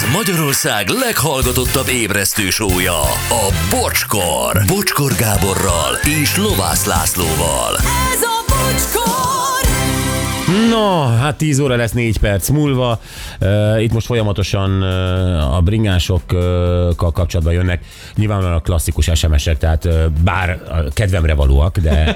Ez Magyarország leghallgatottabb ébresztő show-ja, a Bocskor. Bocskor Gáborral és Lovász Lászlóval. Ez a Bocskor! No, hát 10 óra lesz 4 perc múlva. Itt most folyamatosan a bringásokkal kapcsolatban jönnek. Nyilvánvalóan a klasszikus SMS-ek, tehát bár kedvemre valóak, de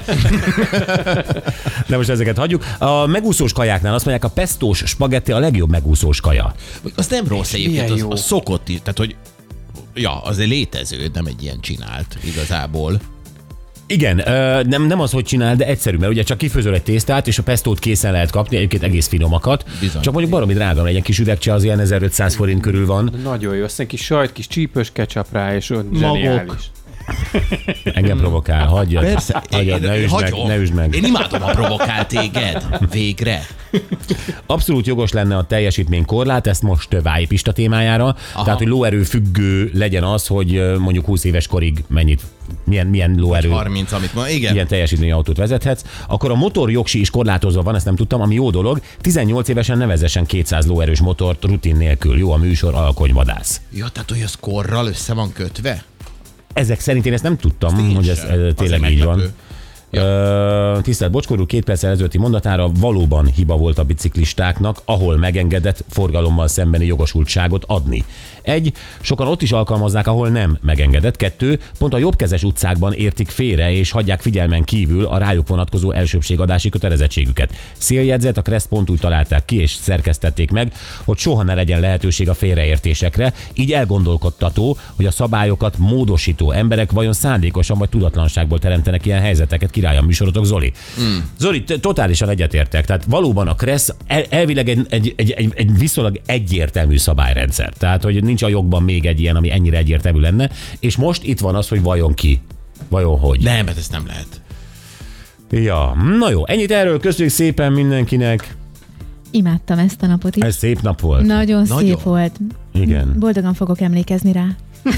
most ezeket hagyjuk. A megúszós kajáknál azt mondják, a pestós spagetti a legjobb megúszós kaja. Az nem rossz egyébként, az szokott is. Tehát, hogy ja, azért létező, nem egy ilyen csinált igazából. Igen, nem az, hogy csinál, de egyszerű, mert ugye csak kifőzöl egy tésztát, és a pestót készen lehet kapni, egyébként egész finomakat. Bizony. Csak mondjuk baromi drága, egy kis üvegcse az ilyen 1500 forint körül van. Nagyon jó, aztán kis sajt, kis csípős ketchup rá, és zseniális. Engem provokál, hagyjad. Persze, hagyjad, ne üsd meg. Én imádom, ha provokál téged. Végre. Abszolút jogos lenne a teljesítménykorlát, ezt most Váj Pista témájára. Aha. Tehát, hogy lóerő függő legyen az, hogy mondjuk 20 éves korig milyen lóerő. 30, amit ma, igen. Ilyen teljesítményautót vezethetsz. Akkor a motorjogsi is korlátozva van, ezt nem tudtam, ami jó dolog. 18 évesen ne vezessen 200 lóerős motort rutin nélkül. Jó a műsor, alkonyvadász. Ja, tehát hogy az korral össze van kötve? Ezek szerint én ezt nem tudtam, hogy ez tényleg így van. Ja. Tisztelt Bocskor úr, 2 perccel ezelőtti mondatára valóban hiba volt a biciklistáknak, ahol megengedett forgalommal szembeni jogosultságot adni. 1. Sokan ott is alkalmazzák, ahol nem megengedett. 2. Pont a jobbkezes utcákban értik félre, és hagyják figyelmen kívül a rájuk vonatkozó elsőbségadási kötelezettségüket. Széljegyzet, a Kressz pont úgy találták ki, és szerkesztették meg, hogy soha ne legyen lehetőség a félreértésekre. Így elgondolkodtató, hogy a szabályokat módosító emberek vajon szándékosan vagy tudatlanságból teremtenek ilyen helyzeteket. Király a műsorotok, Zoli. Zoli, totálisan egyetértek. Tehát valóban a Kressz elvileg egy viszonylag egyértelmű szabályrendszer. Tehát, hogy nincs a jogban még egy ilyen, ami ennyire egyértelmű lenne. És most itt van az, hogy vajon ki? Vajon hogy? Nem, mert ez nem lehet. Ja, na jó. Ennyit erről, köszönjük szépen mindenkinek. Imádtam ezt a napot is. Ez szép nap volt. Nagyon szép volt. Igen. Boldogan fogok emlékezni rá.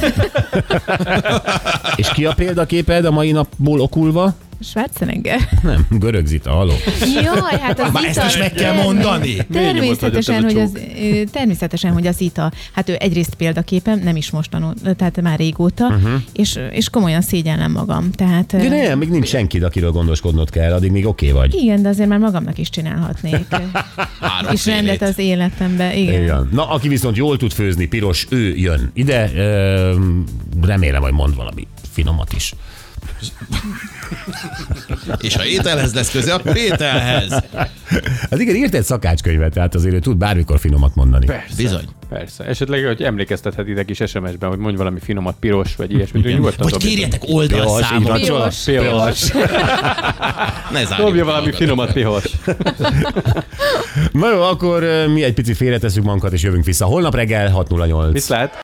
És ki a példaképed a mai napból okulva? Schwarzenegger. Nem, Görög Zita, haló. Jaj, hát az Ezt is meg kell mondani. Természetesen, hogy az Ita, hát ő egyrészt példaképem, nem is mostanul, tehát már régóta, és komolyan szégyellem magam. Tehát, de nem, még nincs senki, akiről gondoskodnod kell, addig még oké vagy. Igen, de azért már magamnak is csinálhatnék. És rendet az életembe. Igen. Na, aki viszont jól tud főzni, piros, ő jön ide, remélem, hogy mond valami finomat is. És ha ételhez lesz köze, akkor ételhez. Hát igen, írt egy szakácskönyvet, tehát azért ő tud bármikor finomat mondani. Persze. Bizony. Persze. Esetleg, hogy emlékeztethetitek is SMS-ben, hogy mondj valami finomat, piros, vagy ilyesmit. Vagy kérjetek oldalszámot. Piros. Dobja valami finomat, piros. Na jó, akkor mi egy picit félretesszük magunkat, és jövünk vissza holnap reggel 6:08. Viszlát.